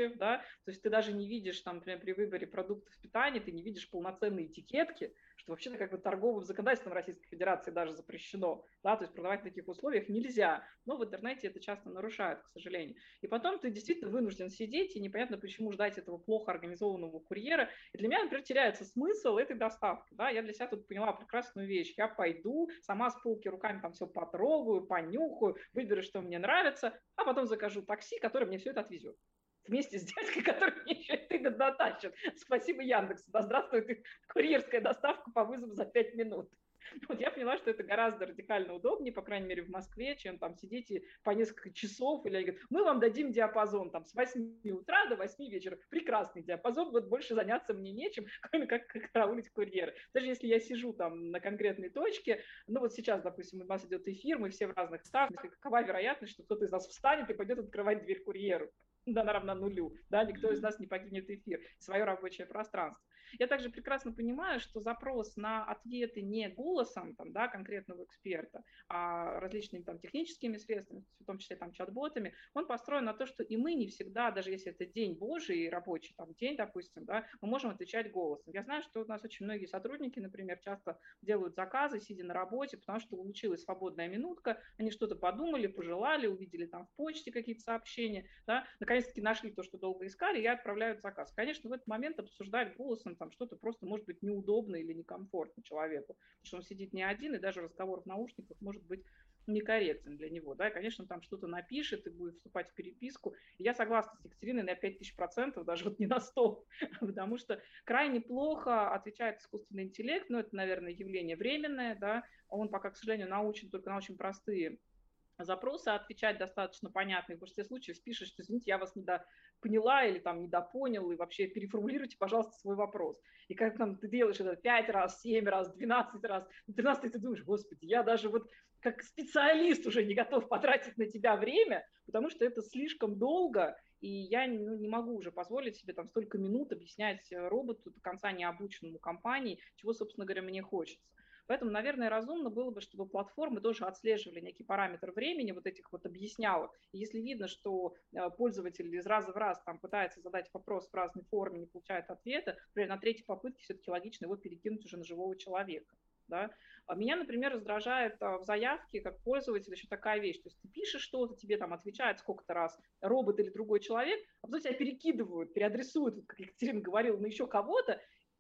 случаев, да, то есть ты даже не видишь, там, например, при выборе продуктов питания, ты не видишь полноценные этикетки, что вообще-то как бы торговым законодательством Российской Федерации даже запрещено, да, то есть продавать в таких условиях нельзя, но в интернете это часто нарушают, к сожалению. И потом ты действительно вынужден сидеть, и непонятно, почему ждать этого плохо организованного курьера. И для меня, например, теряется смысл этой доставки, да, я для себя тут поняла прекрасную вещь, я пойду, сама с полки руками там все потрогаю, понюхаю, выберу, что мне нравится, а потом закажу такси, которое мне все это отвезет вместе с дядькой, который мне еще и выгодно дотащит. Спасибо Яндексу. Да здравствует курьерская доставка по вызову за 5 минут. Вот я поняла, что это гораздо радикально удобнее, по крайней мере, в Москве, чем там сидеть и по несколько часов. Или они говорят, мы вам дадим диапазон там, с 8 утра до 8 вечера. Прекрасный диапазон, вот больше заняться мне нечем, кроме как караулить курьера. Даже если я сижу там на конкретной точке, ну вот сейчас, допустим, у нас идет эфир, мы все в разных местах, какова вероятность, что кто-то из нас встанет и пойдет открывать дверь курьеру? Да, она равна нулю, да, никто из нас не покинет эфир, свое рабочее пространство. Я также прекрасно понимаю, что запрос на ответы не голосом, там, да, конкретного эксперта, а различными там техническими средствами, в том числе там чат-ботами, он построен на то, что и мы не всегда, даже если это день Божий, рабочий там день, допустим, да, мы можем отвечать голосом. Я знаю, что у нас очень многие сотрудники, например, часто делают заказы, сидя на работе, потому что получилась свободная минутка, они что-то подумали, пожелали, увидели там в почте какие-то сообщения, да, наконец-таки нашли то, что долго искали, и отправляют заказ. Конечно, в этот момент обсуждать голосом там что-то просто может быть неудобно или некомфортно человеку, потому что он сидит не один, и даже разговор в наушниках может быть некорректен для него. Да? И, конечно, он там что-то напишет и будет вступать в переписку. И я согласна с Екатериной на 5000%, даже вот не на 100%, потому что крайне плохо отвечает искусственный интеллект, но это, наверное, явление временное, да? Он пока, к сожалению, научен только на очень простые запросы, отвечать достаточно понятно. И в большинстве случаев пишешь, что, извините, я вас поняла или там недопонял, и вообще переформулируйте, пожалуйста, свой вопрос. И как там ты делаешь это 5 раз, 7 раз, 12 раз, 13 ты думаешь, господи, я даже вот как специалист уже не готов потратить на тебя время, потому что это слишком долго, и я не могу уже позволить себе там столько минут объяснять роботу до конца необученному компании, чего, собственно говоря, мне хочется. Поэтому, наверное, разумно было бы, чтобы платформы тоже отслеживали некий параметр времени вот этих вот объяснялок. И если видно, что пользователь из раза в раз там пытается задать вопрос в разной форме, не получает ответа, например, на третьей попытке все-таки логично его перекинуть уже на живого человека. Да? А меня, например, раздражает в заявке как пользователь еще такая вещь. То есть ты пишешь что-то, тебе там отвечает сколько-то раз робот или другой человек, а потом тебя перекидывают, переадресуют, вот, как Екатерина говорила, на еще кого-то,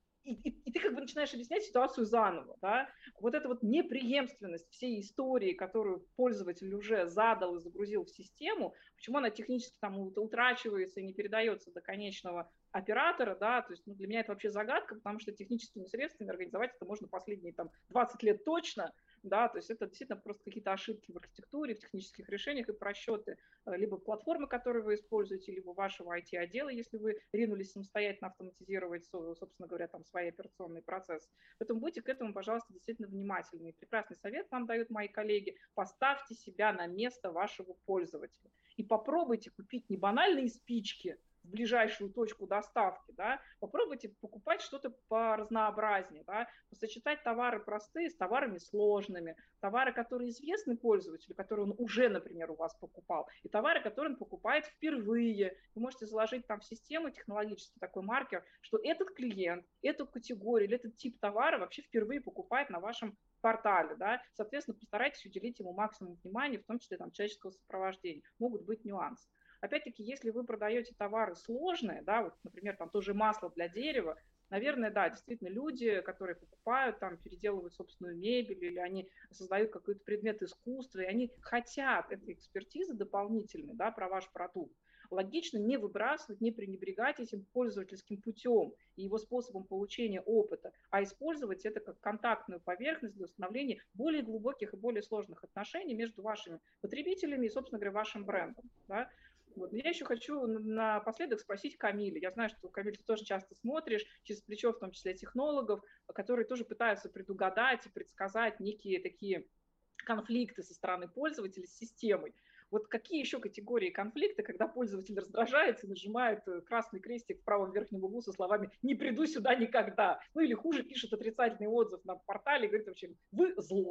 и ты как бы начинаешь объяснять ситуацию заново, да, вот эта вот непреемственность всей истории, которую пользователь уже задал и загрузил в систему, почему она технически там утрачивается и не передается до конечного оператора, да, то есть для меня это вообще загадка, потому что техническими средствами организовать это можно последние там 20 лет точно, да, то есть это действительно просто какие-то ошибки в архитектуре, в технических решениях и просчеты либо платформы, которые вы используете, либо вашего IT-отдела, если вы ринулись самостоятельно автоматизировать, собственно говоря, там свои операционные процессы. Поэтому будьте к этому, пожалуйста, действительно внимательны. Прекрасный совет вам дают мои коллеги. Поставьте себя на место вашего пользователя и попробуйте купить не банальные спички в ближайшую точку доставки, да, попробуйте покупать что-то поразнообразнее, да, сочетать товары простые с товарами сложными, товары, которые известны пользователю, которые он уже, например, у вас покупал, и товары, которые он покупает впервые. Вы можете заложить там в систему технологический такой маркер, что этот клиент, эту категорию или этот тип товара вообще впервые покупает на вашем портале, да, соответственно, постарайтесь уделить ему максимум внимания, в том числе там человеческого сопровождения. Могут быть нюансы. Опять-таки, если вы продаете товары сложные, да, вот, например, там тоже масло для дерева, наверное, да, действительно, люди, которые покупают, там, переделывают собственную мебель, или они создают какой-то предмет искусства, и они хотят этой экспертизы дополнительной, да, про ваш продукт. Логично не выбрасывать, не пренебрегать этим пользовательским путем и его способом получения опыта, а использовать это как контактную поверхность для установления более глубоких и более сложных отношений между вашими потребителями и, собственно говоря, вашим брендом. Да? Вот. Но я еще хочу напоследок спросить Камиля. Я знаю, что, Камиль, ты тоже часто смотришь через плечо, в том числе технологов, которые тоже пытаются предугадать и предсказать некие такие конфликты со стороны пользователя с системой. Вот какие еще категории конфликта, когда пользователь раздражается и нажимает красный крестик в правом верхнем углу со словами «не приду сюда никогда», ну или хуже, пишет отрицательный отзыв на портале и говорит вообще «вы зло».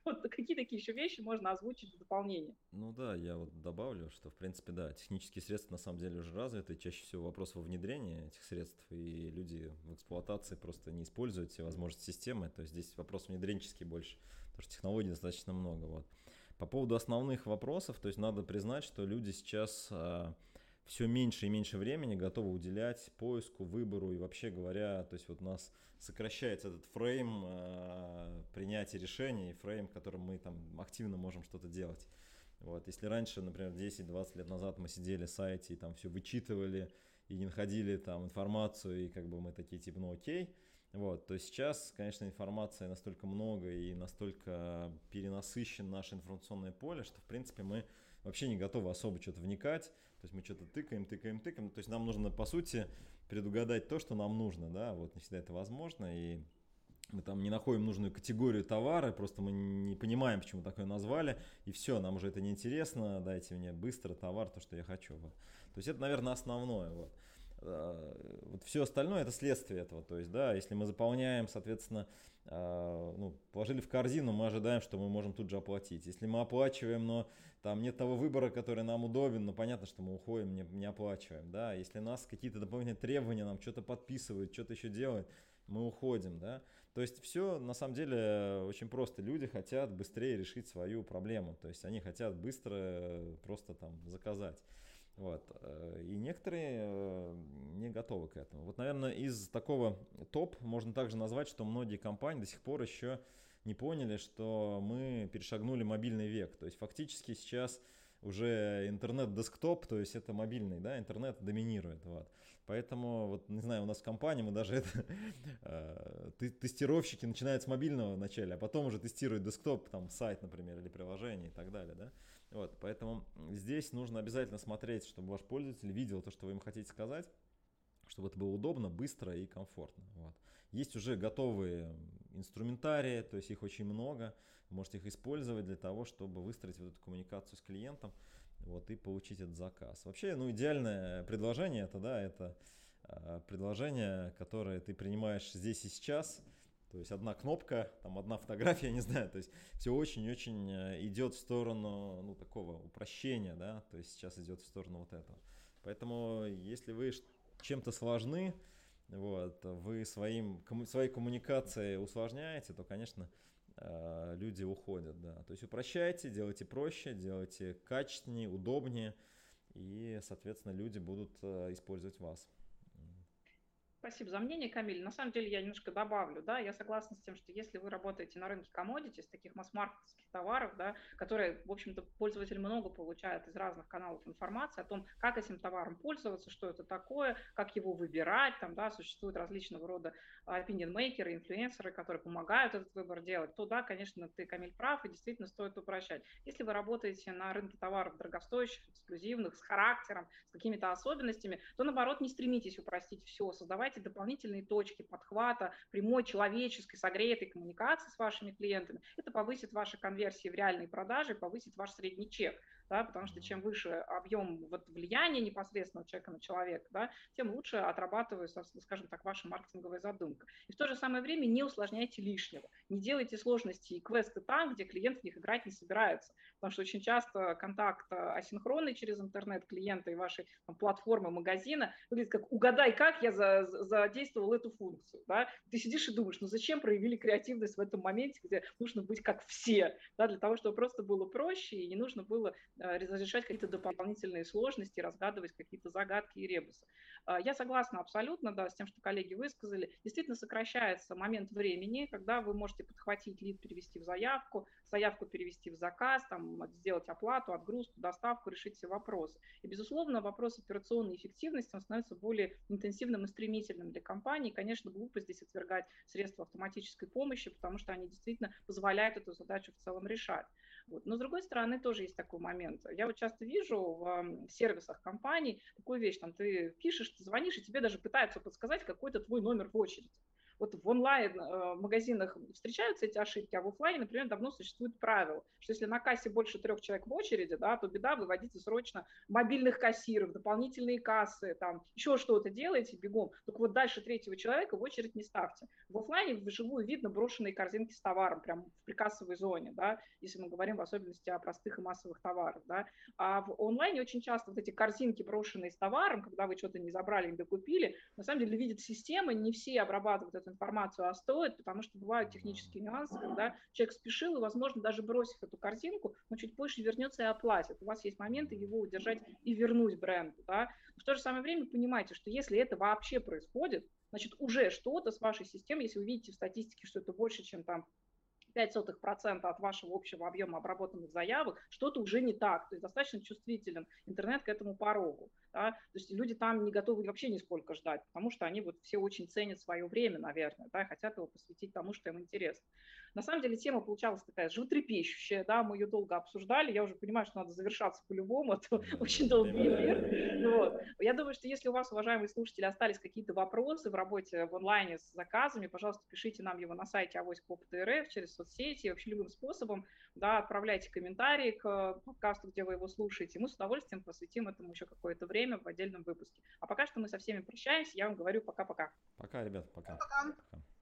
Вот какие такие еще вещи можно озвучить в дополнение? Ну да, я вот добавлю, что в принципе, да, технические средства на самом деле уже развиты, чаще всего вопрос во внедрении этих средств, и люди в эксплуатации просто не используют все возможности системы, то есть здесь вопрос внедренческий больше, потому что технологий достаточно много, вот. По поводу основных вопросов, то есть надо признать, что люди сейчас все меньше и меньше времени готовы уделять поиску, выбору и вообще говоря, то есть вот у нас сокращается этот фрейм принятия решений, фрейм, в котором мы там активно можем что-то делать. Вот. Если раньше, например, 10-20 лет назад мы сидели на сайте и там все вычитывали и не находили там информацию, и как бы мы такие типа, ну окей, вот, то сейчас, конечно, информации настолько много и настолько перенасыщен наше информационное поле, что, в принципе, мы вообще не готовы особо что-то вникать, то есть мы что-то тыкаем, то есть нам нужно, по сути, предугадать то, что нам нужно, да, вот не всегда это возможно, и мы там не находим нужную категорию товара, просто мы не понимаем, почему такое назвали, и все, нам уже это не интересно, дайте мне быстро товар, то, что я хочу. Вот. То есть это, наверное, основное. Вот. Вот все остальное это следствие этого. То есть, да, если мы заполняем, соответственно, ну, положили в корзину, мы ожидаем, что мы можем тут же оплатить. Если мы оплачиваем, но там нет того выбора, который нам удобен, ну понятно, что мы уходим, не оплачиваем. Да? Если нас какие-то дополнительные требования, нам что-то подписывают, что-то еще делают, мы уходим. Да? То есть все на самом деле очень просто. Люди хотят быстрее решить свою проблему. То есть они хотят быстро просто там заказать. Вот. И некоторые не готовы к этому. Вот, наверное, из такого топ можно также назвать, что многие компании до сих пор еще не поняли, что мы перешагнули мобильный век. То есть фактически сейчас уже интернет-десктоп, то есть это мобильный, да, интернет доминирует. Вот. Поэтому, вот, не знаю, у нас в компании мы даже это, тестировщики начинают с мобильного вначале, а потом уже тестируют десктоп, там, сайт, например, или приложение и так далее, да. Вот, поэтому здесь нужно обязательно смотреть, чтобы ваш пользователь видел то, что вы им хотите сказать, чтобы это было удобно, быстро и комфортно. Вот. Есть уже готовые инструментарии, то есть их очень много, вы можете их использовать для того, чтобы выстроить вот эту коммуникацию с клиентом, вот, и получить этот заказ. Вообще, ну, идеальное предложение это, да, это предложение, которое ты принимаешь здесь и сейчас. То есть одна кнопка, там одна фотография, не знаю, то есть все очень-очень идет в сторону, ну, такого упрощения, да, то есть сейчас идет в сторону вот этого. Поэтому если вы чем-то сложны, вот, вы своей коммуникацией усложняете, то, конечно, люди уходят, да. То есть упрощайте, делайте проще, делайте качественнее, удобнее, и, соответственно, люди будут использовать вас. Спасибо за мнение, Камиль. На самом деле я немножко добавлю, да, я согласна с тем, что если вы работаете на рынке commodities, таких масс-маркетских товаров, да, которые, в общем-то, пользователь много получает из разных каналов информации о том, как этим товаром пользоваться, что это такое, как его выбирать, там, да, существуют различного рода opinion-мейкеры, инфлюенсеры, которые помогают этот выбор делать, то да, конечно, ты, Камиль, прав, и действительно стоит упрощать. Если вы работаете на рынке товаров дорогостоящих, эксклюзивных, с характером, с какими-то особенностями, то, наоборот, не стремитесь упростить все, создавайте дополнительные точки подхвата, прямой человеческой, согретой коммуникации с вашими клиентами. Это повысит ваши конверсии в реальные продажи, повысит ваш средний чек, да, потому что чем выше объем вот влияния непосредственного человека на человека, да, тем лучше отрабатывается, скажем так, ваша маркетинговая задумка. И в то же самое время не усложняйте лишнего, не делайте сложности и квесты там, где клиент в них играть не собирается, потому что очень часто контакт асинхронный через интернет клиента и вашей там, платформы, магазина выглядит как «угадай, как я задействовал эту функцию». Да? Ты сидишь и думаешь, ну зачем проявили креативность в этом моменте, где нужно быть как все, да, для того, чтобы просто было проще и не нужно было разрешать какие-то дополнительные сложности, разгадывать какие-то загадки и ребусы. Я согласна абсолютно, да, с тем, что коллеги высказали. Действительно сокращается момент времени, когда вы можете подхватить лид, перевести в заявку перевести в заказ, там, сделать оплату, отгрузку, доставку, решить все вопросы. И, безусловно, вопрос операционной эффективности он становится более интенсивным и стремительным для компании. Конечно, глупо здесь отвергать средства автоматической помощи, потому что они действительно позволяют эту задачу в целом решать. Вот. Но, с другой стороны, тоже есть такой момент. Я вот часто вижу в сервисах компаний такую вещь, там ты пишешь, ты звонишь, и тебе даже пытаются подсказать какой-то твой номер в очереди. Вот в онлайн-магазинах встречаются эти ошибки, а в офлайне, например, давно существует правило, что если на кассе больше 3 человек в очереди, да, то беда, выводите срочно мобильных кассиров, дополнительные кассы, там, еще что-то делаете бегом. Только вот дальше 3-го человека в очередь не ставьте. В офлайне вживую видно брошенные корзинки с товаром прямо в прикассовой зоне, да, если мы говорим в особенности о простых и массовых товарах, да. А в онлайне очень часто вот эти корзинки, брошенные с товаром, когда вы что-то не забрали, не докупили, на самом деле видит система, не все обрабатывают эту информацию, а стоит, потому что бывают технические нюансы, когда человек спешил и, возможно, даже бросив эту корзинку, но чуть позже вернется и оплатит. У вас есть моменты его удержать и вернуть бренду, да. Но в то же самое время понимайте, что если это вообще происходит, значит, уже что-то с вашей системой, если вы видите в статистике, что это больше, чем там 0,05% от вашего общего объема обработанных заявок, что-то уже не так. То есть достаточно чувствителен интернет к этому порогу. Да? То есть люди там не готовы вообще нисколько ждать, потому что они вот все очень ценят свое время, наверное, да, и хотят его посвятить тому, что им интересно. На самом деле тема получалась такая животрепещущая, да, мы ее долго обсуждали, я уже понимаю, что надо завершаться по-любому, это очень долгий эфир. Вот. Я думаю, что если у вас, уважаемые слушатели, остались какие-то вопросы в работе в онлайне с заказами, пожалуйста, пишите нам его на сайте авоська.рф через соцсети, вообще любым способом, да, отправляйте комментарии к подкасту, где вы его слушаете. Мы с удовольствием посвятим этому еще какое-то время в отдельном выпуске. А пока что мы со всеми прощаемся. Я вам говорю пока-пока. Пока, ребят, пока. Пока. Пока.